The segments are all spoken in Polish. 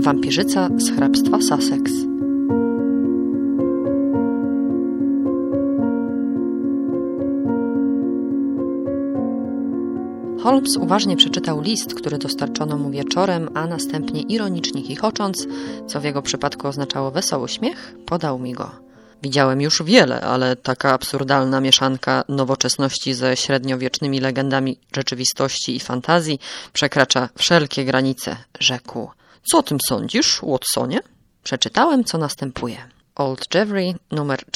Wampirzyca z hrabstwa Sussex. Holmes uważnie przeczytał list, który dostarczono mu wieczorem, a następnie ironicznie chichocząc, co w jego przypadku oznaczało wesoły śmiech, podał mi go. Widziałem już wiele, ale taka absurdalna mieszanka nowoczesności ze średniowiecznymi legendami rzeczywistości i fantazji przekracza wszelkie granice, rzekł. Co o tym sądzisz, Watsonie? Przeczytałem, co następuje. Old Jewry, numer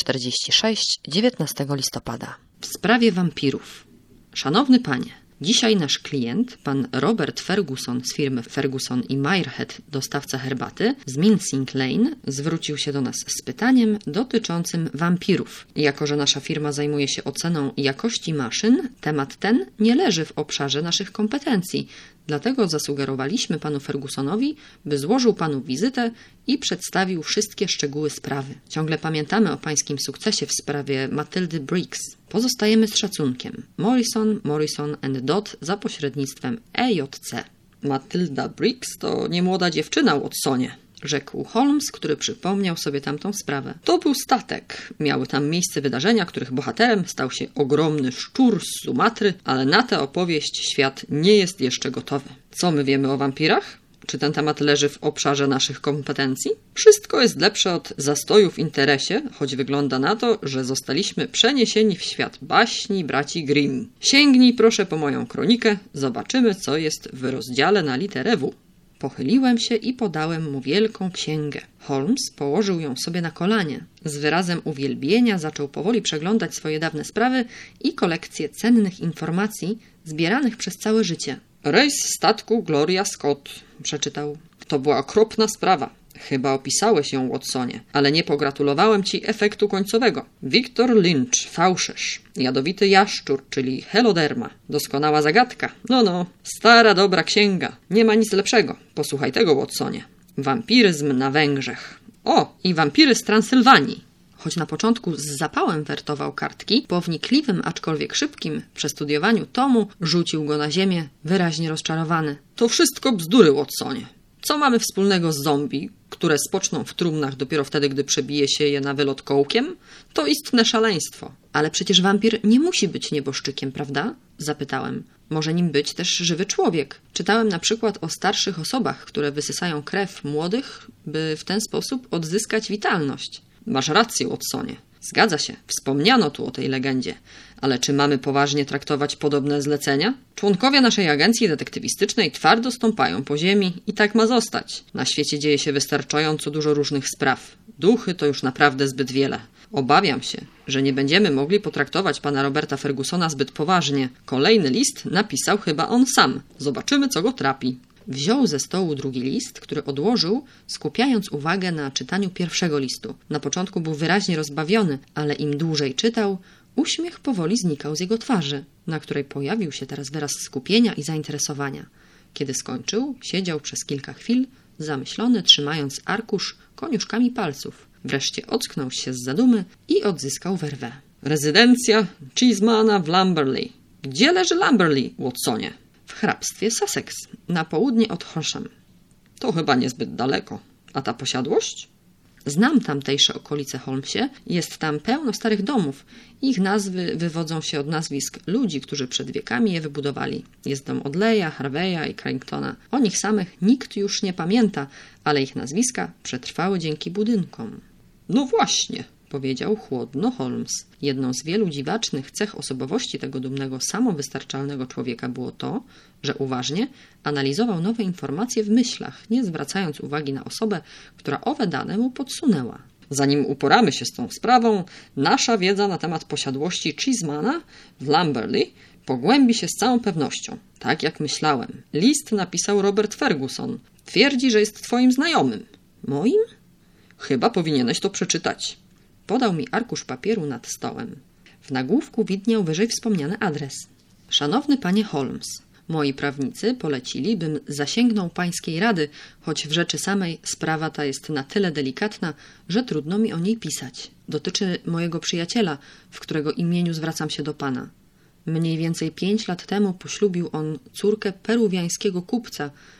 46, 19 listopada. W sprawie wampirów. Szanowny panie, dzisiaj nasz klient, pan Robert Ferguson z firmy Ferguson i Mirehead, dostawca herbaty z Mincing Lane, zwrócił się do nas z pytaniem dotyczącym wampirów. Jako że nasza firma zajmuje się oceną jakości maszyn, temat ten nie leży w obszarze naszych kompetencji. Dlatego zasugerowaliśmy panu Fergusonowi, by złożył panu wizytę i przedstawił wszystkie szczegóły sprawy. Ciągle pamiętamy o pańskim sukcesie w sprawie Matyldy Briggs. Pozostajemy z szacunkiem. Morrison & Dodd za pośrednictwem EJC. Matylda Briggs to niemłoda dziewczyna, Watsonie, rzekł Holmes, który przypomniał sobie tamtą sprawę. To był statek. Miały tam miejsce wydarzenia, których bohaterem stał się ogromny szczur z Sumatry, ale na tę opowieść świat nie jest jeszcze gotowy. Co my wiemy o wampirach? Czy ten temat leży w obszarze naszych kompetencji? Wszystko jest lepsze od zastoju w interesie, choć wygląda na to, że zostaliśmy przeniesieni w świat baśni braci Grimm. Sięgnij proszę po moją kronikę, zobaczymy, co jest w rozdziale na literę W. Pochyliłem się i podałem mu wielką księgę. Holmes położył ją sobie na kolanie. Z wyrazem uwielbienia zaczął powoli przeglądać swoje dawne sprawy i kolekcję cennych informacji zbieranych przez całe życie. Rejs statku Gloria Scott, przeczytał. To była okropna sprawa. Chyba opisałeś ją, Watsonie, ale nie pogratulowałem ci efektu końcowego. Wiktor Lynch, fałszerz. Jadowity jaszczur, czyli heloderma. Doskonała zagadka. No, stara dobra księga. Nie ma nic lepszego. Posłuchaj tego, Watsonie. Wampiryzm na Węgrzech. O, i wampiry z Transylwanii. Choć na początku z zapałem wertował kartki, po wnikliwym, aczkolwiek szybkim przestudiowaniu tomu rzucił go na ziemię, wyraźnie rozczarowany. To wszystko bzdury, Watsonie. Co mamy wspólnego z zombie, które spoczną w trumnach dopiero wtedy, gdy przebije się je na wylot kołkiem? To istne szaleństwo. Ale przecież wampir nie musi być nieboszczykiem, prawda? Zapytałem. Może nim być też żywy człowiek. Czytałem na przykład o starszych osobach, które wysysają krew młodych, by w ten sposób odzyskać witalność. Masz rację, Watsonie. Zgadza się, wspomniano tu o tej legendzie. Ale czy mamy poważnie traktować podobne zlecenia? Członkowie naszej agencji detektywistycznej twardo stąpają po ziemi i tak ma zostać. Na świecie dzieje się wystarczająco dużo różnych spraw. Duchy to już naprawdę zbyt wiele. Obawiam się, że nie będziemy mogli potraktować pana Roberta Fergusona zbyt poważnie. Kolejny list napisał chyba on sam. Zobaczymy, co go trapi. Wziął ze stołu drugi list, który odłożył, skupiając uwagę na czytaniu pierwszego listu. Na początku był wyraźnie rozbawiony, ale im dłużej czytał, uśmiech powoli znikał z jego twarzy, na której pojawił się teraz wyraz skupienia i zainteresowania. Kiedy skończył, siedział przez kilka chwil, zamyślony, trzymając arkusz koniuszkami palców. Wreszcie ocknął się z zadumy i odzyskał werwę. Rezydencja Cheesemana w Lamberley. Gdzie leży Lamberley, Watsonie? W hrabstwie Sussex, na południe od Horsham. To chyba niezbyt daleko. A ta posiadłość? Znam tamtejsze okolice, Holmesie. Jest tam pełno starych domów. Ich nazwy wywodzą się od nazwisk ludzi, którzy przed wiekami je wybudowali. Jest dom Audleya, Harveya i Carringtona. O nich samych nikt już nie pamięta, ale ich nazwiska przetrwały dzięki budynkom. No właśnie, powiedział chłodno Holmes. Jedną z wielu dziwacznych cech osobowości tego dumnego, samowystarczalnego człowieka było to, że uważnie analizował nowe informacje w myślach, nie zwracając uwagi na osobę, która owe dane mu podsunęła. Zanim uporamy się z tą sprawą, nasza wiedza na temat posiadłości Cheesemana w Lamberley pogłębi się z całą pewnością. Tak jak myślałem. List napisał Robert Ferguson. Twierdzi, że jest twoim znajomym. Moim? Chyba powinieneś to przeczytać. Podał mi arkusz papieru nad stołem. W nagłówku widniał wyżej wspomniany adres. Szanowny panie Holmes, moi prawnicy polecili, bym zasięgnął pańskiej rady, choć w rzeczy samej sprawa ta jest na tyle delikatna, że trudno mi o niej pisać. Dotyczy mojego przyjaciela, w którego imieniu zwracam się do pana. Mniej więcej 5 lat temu poślubił on córkę peruwiańskiego kupca,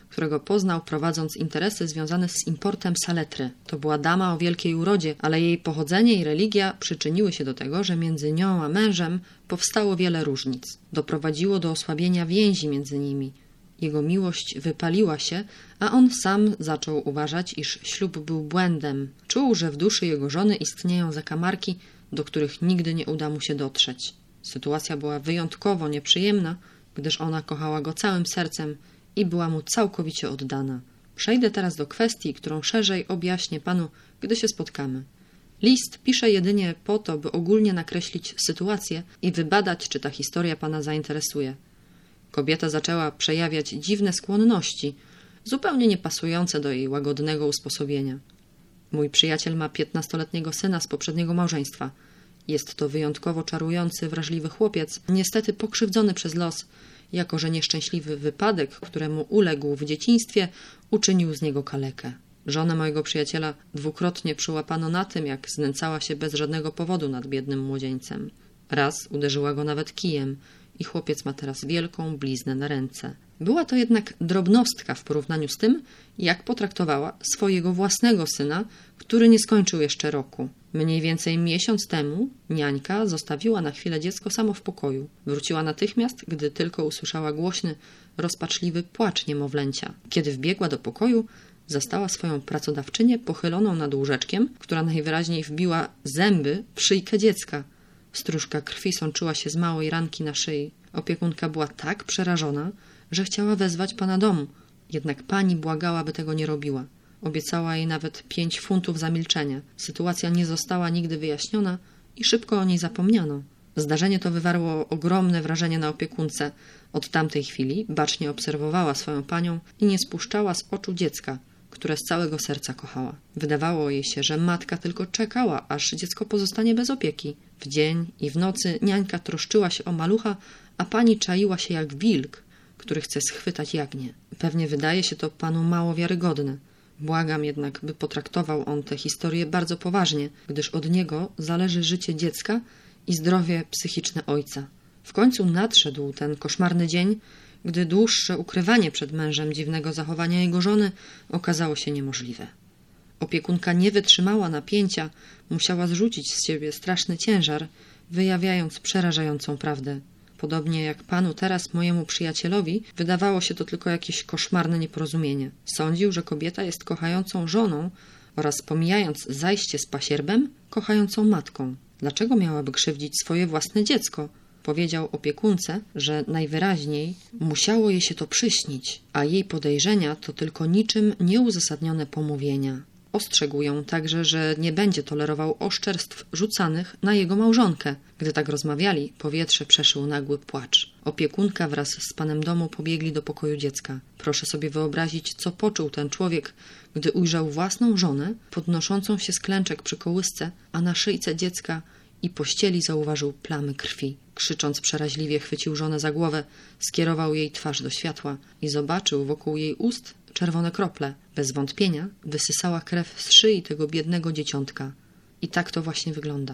którego poznał prowadząc interesy związane z importem saletry. To była dama o wielkiej urodzie, ale jej pochodzenie i religia przyczyniły się do tego, że między nią a mężem powstało wiele różnic. Doprowadziło do osłabienia więzi między nimi. Jego miłość wypaliła się, a on sam zaczął uważać, iż ślub był błędem. Czuł, że w duszy jego żony istnieją zakamarki, do których nigdy nie uda mu się dotrzeć. Sytuacja była wyjątkowo nieprzyjemna, gdyż ona kochała go całym sercem i była mu całkowicie oddana. Przejdę teraz do kwestii, którą szerzej objaśnię panu, gdy się spotkamy. List piszę jedynie po to, by ogólnie nakreślić sytuację i wybadać, czy ta historia pana zainteresuje. Kobieta zaczęła przejawiać dziwne skłonności, zupełnie niepasujące do jej łagodnego usposobienia. Mój przyjaciel ma 15-letniego syna z poprzedniego małżeństwa. Jest to wyjątkowo czarujący, wrażliwy chłopiec, niestety pokrzywdzony przez los, jako że nieszczęśliwy wypadek, któremu uległ w dzieciństwie, uczynił z niego kalekę. Żonę mojego przyjaciela dwukrotnie przyłapano na tym, jak znęcała się bez żadnego powodu nad biednym młodzieńcem. Raz uderzyła go nawet kijem i chłopiec ma teraz wielką bliznę na ręce. Była to jednak drobnostka w porównaniu z tym, jak potraktowała swojego własnego syna, który nie skończył jeszcze roku. Mniej więcej miesiąc temu niańka zostawiła na chwilę dziecko samo w pokoju. Wróciła natychmiast, gdy tylko usłyszała głośny, rozpaczliwy płacz niemowlęcia. Kiedy wbiegła do pokoju, zastała swoją pracodawczynię pochyloną nad łóżeczkiem, która najwyraźniej wbiła zęby w szyjkę dziecka. Stróżka krwi sączyła się z małej ranki na szyi. Opiekunka była tak przerażona, że chciała wezwać pana domu. Jednak pani błagała, by tego nie robiła. Obiecała jej nawet 5 funtów za milczenie. Sytuacja nie została nigdy wyjaśniona i szybko o niej zapomniano. Zdarzenie to wywarło ogromne wrażenie na opiekunce. Od tamtej chwili bacznie obserwowała swoją panią i nie spuszczała z oczu dziecka, które z całego serca kochała. Wydawało jej się, że matka tylko czekała, aż dziecko pozostanie bez opieki. W dzień i w nocy niańka troszczyła się o malucha, a pani czaiła się jak wilk, który chce schwytać jagnię. Pewnie wydaje się to panu mało wiarygodne. Błagam jednak, by potraktował on tę historię bardzo poważnie, gdyż od niego zależy życie dziecka i zdrowie psychiczne ojca. W końcu nadszedł ten koszmarny dzień, gdy dłuższe ukrywanie przed mężem dziwnego zachowania jego żony okazało się niemożliwe. Opiekunka nie wytrzymała napięcia, musiała zrzucić z siebie straszny ciężar, wyjawiając przerażającą prawdę. Podobnie jak panu teraz, mojemu przyjacielowi, wydawało się to tylko jakieś koszmarne nieporozumienie. Sądził, że kobieta jest kochającą żoną oraz, pomijając zajście z pasierbem, kochającą matką. Dlaczego miałaby krzywdzić swoje własne dziecko? Powiedział opiekunce, że najwyraźniej musiało jej się to przyśnić, a jej podejrzenia to tylko niczym nieuzasadnione pomówienia. Ostrzegł ją także, że nie będzie tolerował oszczerstw rzucanych na jego małżonkę. Gdy tak rozmawiali, powietrze przeszył nagły płacz. Opiekunka wraz z panem domu pobiegli do pokoju dziecka. Proszę sobie wyobrazić, co poczuł ten człowiek, gdy ujrzał własną żonę podnoszącą się z klęczek przy kołysce, a na szyjce dziecka i pościeli zauważył plamy krwi. Krzycząc przeraźliwie, chwycił żonę za głowę, skierował jej twarz do światła i zobaczył wokół jej ust czerwone krople. Bez wątpienia wysysała krew z szyi tego biednego dzieciątka. I tak to właśnie wygląda.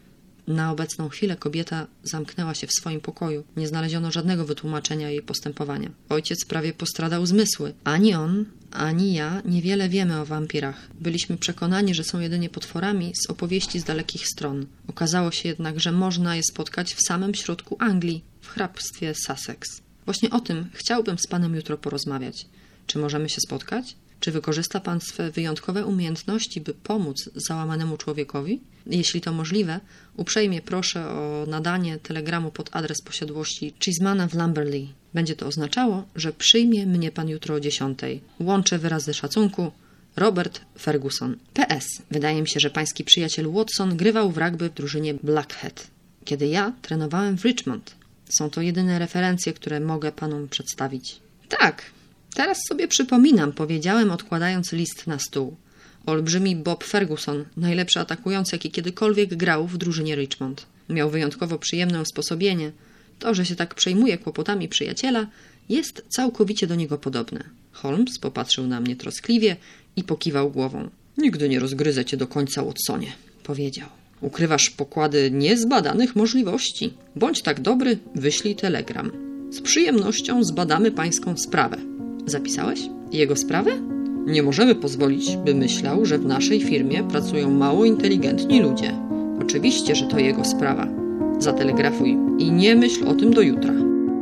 Na obecną chwilę kobieta zamknęła się w swoim pokoju. Nie znaleziono żadnego wytłumaczenia jej postępowania. Ojciec prawie postradał zmysły. Ani on, ani ja niewiele wiemy o wampirach. Byliśmy przekonani, że są jedynie potworami z opowieści z dalekich stron. Okazało się jednak, że można je spotkać w samym środku Anglii, w hrabstwie Sussex. Właśnie o tym chciałbym z panem jutro porozmawiać. Czy możemy się spotkać? Czy wykorzysta pan swe wyjątkowe umiejętności, by pomóc załamanemu człowiekowi? Jeśli to możliwe, uprzejmie proszę o nadanie telegramu pod adres posiadłości Cheesemana w Lamberley. Będzie to oznaczało, że przyjmie mnie pan jutro o 10:00. Łączę wyrazy szacunku. Robert Ferguson. P.S. Wydaje mi się, że pański przyjaciel Watson grywał w rugby w drużynie Blackheath, kiedy ja trenowałem w Richmond. Są to jedyne referencje, które mogę panom przedstawić. Tak. Teraz sobie przypominam, powiedziałem, odkładając list na stół. Olbrzymi Bob Ferguson, najlepszy atakujący, jaki kiedykolwiek grał w drużynie Richmond. Miał wyjątkowo przyjemne usposobienie. To, że się tak przejmuje kłopotami przyjaciela, jest całkowicie do niego podobne. Holmes popatrzył na mnie troskliwie i pokiwał głową. Nigdy nie rozgryzę cię do końca, Watsonie, powiedział. Ukrywasz pokłady niezbadanych możliwości. Bądź tak dobry, wyślij telegram. Z przyjemnością zbadamy pańską sprawę. Zapisałeś? Jego sprawę? Nie możemy pozwolić, by myślał, że w naszej firmie pracują mało inteligentni ludzie. Oczywiście, że to jego sprawa. Zatelegrafuj i nie myśl o tym do jutra.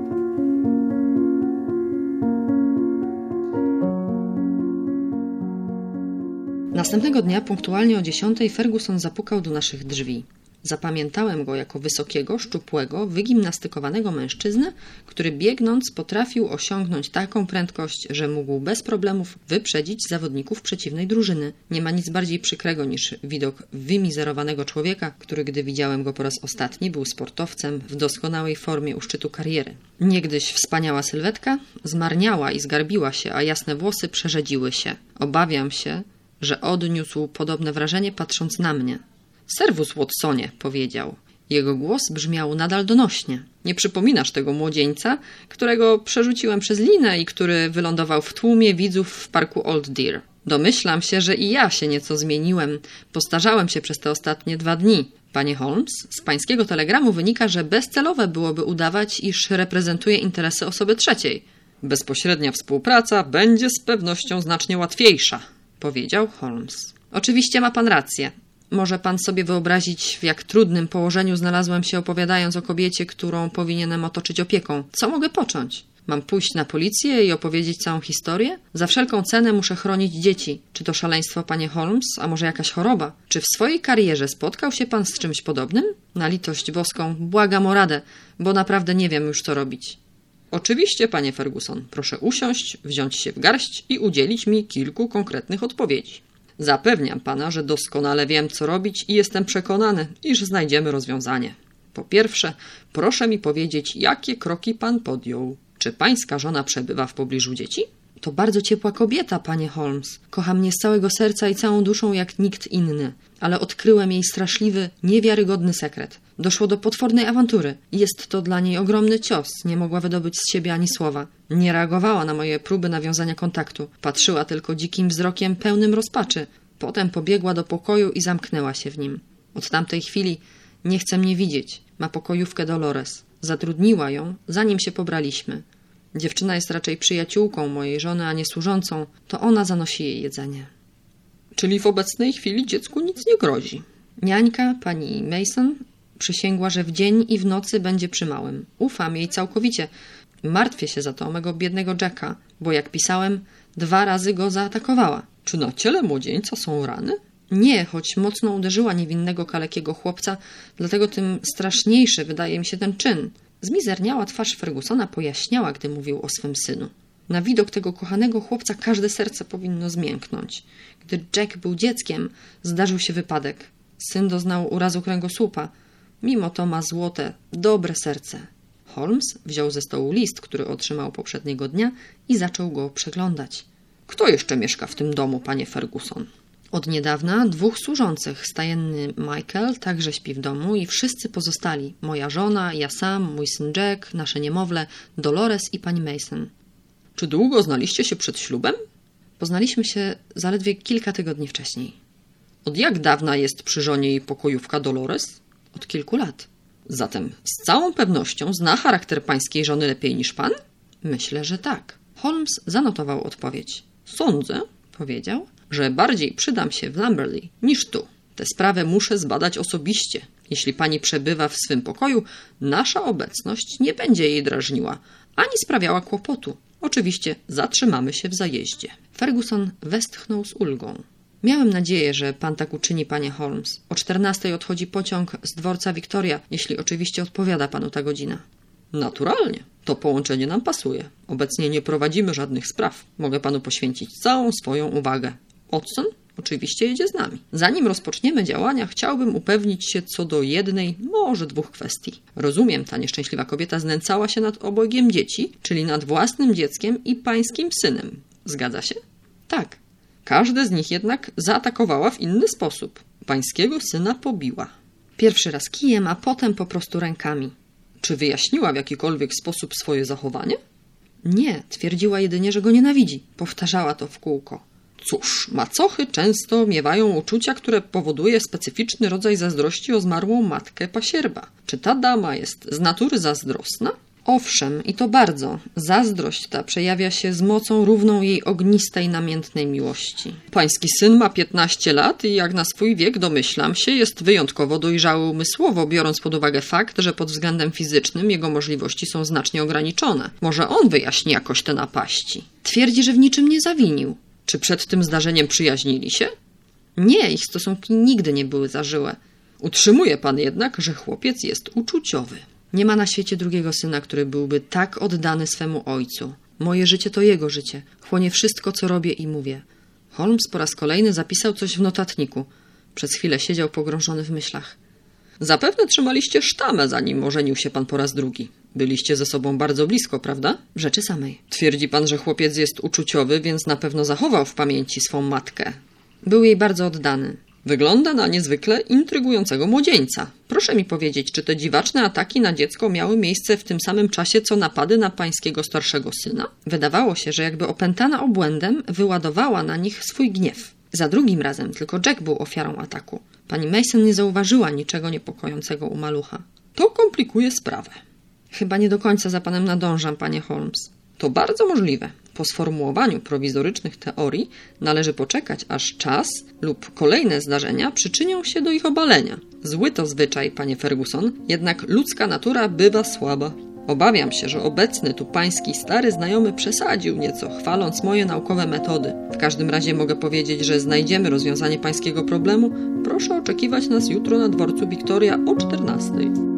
Następnego dnia punktualnie o 10 Ferguson zapukał do naszych drzwi. Zapamiętałem go jako wysokiego, szczupłego, wygimnastykowanego mężczyznę, który biegnąc potrafił osiągnąć taką prędkość, że mógł bez problemów wyprzedzić zawodników przeciwnej drużyny. Nie ma nic bardziej przykrego niż widok wymizerowanego człowieka, który, gdy widziałem go po raz ostatni, był sportowcem w doskonałej formie u szczytu kariery. Niegdyś wspaniała sylwetka zmarniała i zgarbiła się, a jasne włosy przerzedziły się. Obawiam się, że odniósł podobne wrażenie patrząc na mnie. Servus, Watsonie, powiedział. Jego głos brzmiał nadal donośnie. Nie przypominasz tego młodzieńca, którego przerzuciłem przez linę i który wylądował w tłumie widzów w parku Old Deer. Domyślam się, że i ja się nieco zmieniłem. Postarzałem się przez te ostatnie 2 dni. Panie Holmes, z pańskiego telegramu wynika, że bezcelowe byłoby udawać, iż reprezentuje interesy osoby trzeciej. Bezpośrednia współpraca będzie z pewnością znacznie łatwiejsza, powiedział Holmes. Oczywiście ma pan rację. Może pan sobie wyobrazić, w jak trudnym położeniu znalazłem się opowiadając o kobiecie, którą powinienem otoczyć opieką. Co mogę począć? Mam pójść na policję i opowiedzieć całą historię? Za wszelką cenę muszę chronić dzieci. Czy to szaleństwo, panie Holmes, a może jakaś choroba? Czy w swojej karierze spotkał się pan z czymś podobnym? Na litość boską, błagam o radę, bo naprawdę nie wiem już co robić. Oczywiście, panie Ferguson, proszę usiąść, wziąć się w garść i udzielić mi kilku konkretnych odpowiedzi. Zapewniam pana, że doskonale wiem, co robić i jestem przekonany, iż znajdziemy rozwiązanie. Po pierwsze, proszę mi powiedzieć, jakie kroki pan podjął. Czy pańska żona przebywa w pobliżu dzieci? To bardzo ciepła kobieta, panie Holmes. Kocha mnie z całego serca i całą duszą jak nikt inny. Ale odkryłem jej straszliwy, niewiarygodny sekret. Doszło do potwornej awantury. Jest to dla niej ogromny cios. Nie mogła wydobyć z siebie ani słowa. Nie reagowała na moje próby nawiązania kontaktu. Patrzyła tylko dzikim wzrokiem pełnym rozpaczy. Potem pobiegła do pokoju i zamknęła się w nim. Od tamtej chwili nie chce mnie widzieć. Ma pokojówkę Dolores. Zatrudniła ją, zanim się pobraliśmy. Dziewczyna jest raczej przyjaciółką mojej żony, a nie służącą. To ona zanosi jej jedzenie. Czyli w obecnej chwili dziecku nic nie grozi. Niańka, pani Mason, przysięgła, że w dzień i w nocy będzie przy małym. Ufam jej całkowicie. Martwię się za to o mego biednego Jacka, bo jak pisałem, 2 razy go zaatakowała. Czy na ciele młodzieńca są rany? Nie, choć mocno uderzyła niewinnego kalekiego chłopca, dlatego tym straszniejszy wydaje mi się ten czyn. Zmizerniała twarz Fergusona pojaśniała, gdy mówił o swym synu. Na widok tego kochanego chłopca każde serce powinno zmięknąć. Gdy Jack był dzieckiem, zdarzył się wypadek. Syn doznał urazu kręgosłupa. Mimo to ma złote, dobre serce. Holmes wziął ze stołu list, który otrzymał poprzedniego dnia i zaczął go przeglądać. Kto jeszcze mieszka w tym domu, panie Ferguson? Od niedawna 2 służących, stajenny Michael także śpi w domu i wszyscy pozostali. Moja żona, ja sam, mój syn Jack, nasze niemowlę, Dolores i pani Mason. Czy długo znaliście się przed ślubem? Poznaliśmy się zaledwie kilka tygodni wcześniej. Od jak dawna jest przy żonie jej pokojówka Dolores? Od kilku lat. Zatem z całą pewnością zna charakter pańskiej żony lepiej niż pan? Myślę, że tak. Holmes zanotował odpowiedź. Sądzę, powiedział, że bardziej przydam się w Lamberley niż tu. Tę sprawę muszę zbadać osobiście. Jeśli pani przebywa w swym pokoju, nasza obecność nie będzie jej drażniła, ani sprawiała kłopotu. Oczywiście zatrzymamy się w zajeździe. Ferguson westchnął z ulgą. Miałem nadzieję, że pan tak uczyni, panie Holmes. O 14 odchodzi pociąg z dworca Victoria, jeśli oczywiście odpowiada panu ta godzina. Naturalnie. To połączenie nam pasuje. Obecnie nie prowadzimy żadnych spraw. Mogę panu poświęcić całą swoją uwagę. Watson oczywiście jedzie z nami. Zanim rozpoczniemy działania, chciałbym upewnić się co do 1, może 2 kwestii. Rozumiem, ta nieszczęśliwa kobieta znęcała się nad obojgiem dzieci, czyli nad własnym dzieckiem i pańskim synem. Zgadza się? Tak. Każde z nich jednak zaatakowała w inny sposób. Pańskiego syna pobiła. Pierwszy raz kijem, a potem po prostu rękami. Czy wyjaśniła w jakikolwiek sposób swoje zachowanie? Nie, twierdziła jedynie, że go nienawidzi. Powtarzała to w kółko. Cóż, macochy często miewają uczucia, które powoduje specyficzny rodzaj zazdrości o zmarłą matkę pasierba. Czy ta dama jest z natury zazdrosna? Owszem, i to bardzo. Zazdrość ta przejawia się z mocą równą jej ognistej, namiętnej miłości. Pański syn ma 15 lat i jak na swój wiek, domyślam się, jest wyjątkowo dojrzały umysłowo, biorąc pod uwagę fakt, że pod względem fizycznym jego możliwości są znacznie ograniczone. Może on wyjaśni jakoś te napaści. Twierdzi, że w niczym nie zawinił. Czy przed tym zdarzeniem przyjaźnili się? Nie, ich stosunki nigdy nie były zażyłe. Utrzymuje pan jednak, że chłopiec jest uczuciowy. Nie ma na świecie drugiego syna, który byłby tak oddany swemu ojcu. Moje życie to jego życie. Chłonie wszystko, co robię i mówię. Holmes po raz kolejny zapisał coś w notatniku. Przez chwilę siedział pogrążony w myślach. Zapewne trzymaliście sztamę, zanim ożenił się pan po raz drugi. Byliście ze sobą bardzo blisko, prawda? W rzeczy samej. Twierdzi pan, że chłopiec jest uczuciowy, więc na pewno zachował w pamięci swą matkę. Był jej bardzo oddany. Wygląda na niezwykle intrygującego młodzieńca. Proszę mi powiedzieć, czy te dziwaczne ataki na dziecko miały miejsce w tym samym czasie, co napady na pańskiego starszego syna? Wydawało się, że jakby opętana obłędem, wyładowała na nich swój gniew. Za drugim razem tylko Jack był ofiarą ataku. Pani Mason nie zauważyła niczego niepokojącego u malucha. To komplikuje sprawę. Chyba nie do końca za panem nadążam, panie Holmes. To bardzo możliwe. Po sformułowaniu prowizorycznych teorii należy poczekać, aż czas lub kolejne zdarzenia przyczynią się do ich obalenia. Zły to zwyczaj, panie Ferguson, jednak ludzka natura bywa słaba. Obawiam się, że obecny tu pański stary znajomy przesadził nieco, chwaląc moje naukowe metody. W każdym razie mogę powiedzieć, że znajdziemy rozwiązanie pańskiego problemu. Proszę oczekiwać nas jutro na dworcu Victoria o 14:00.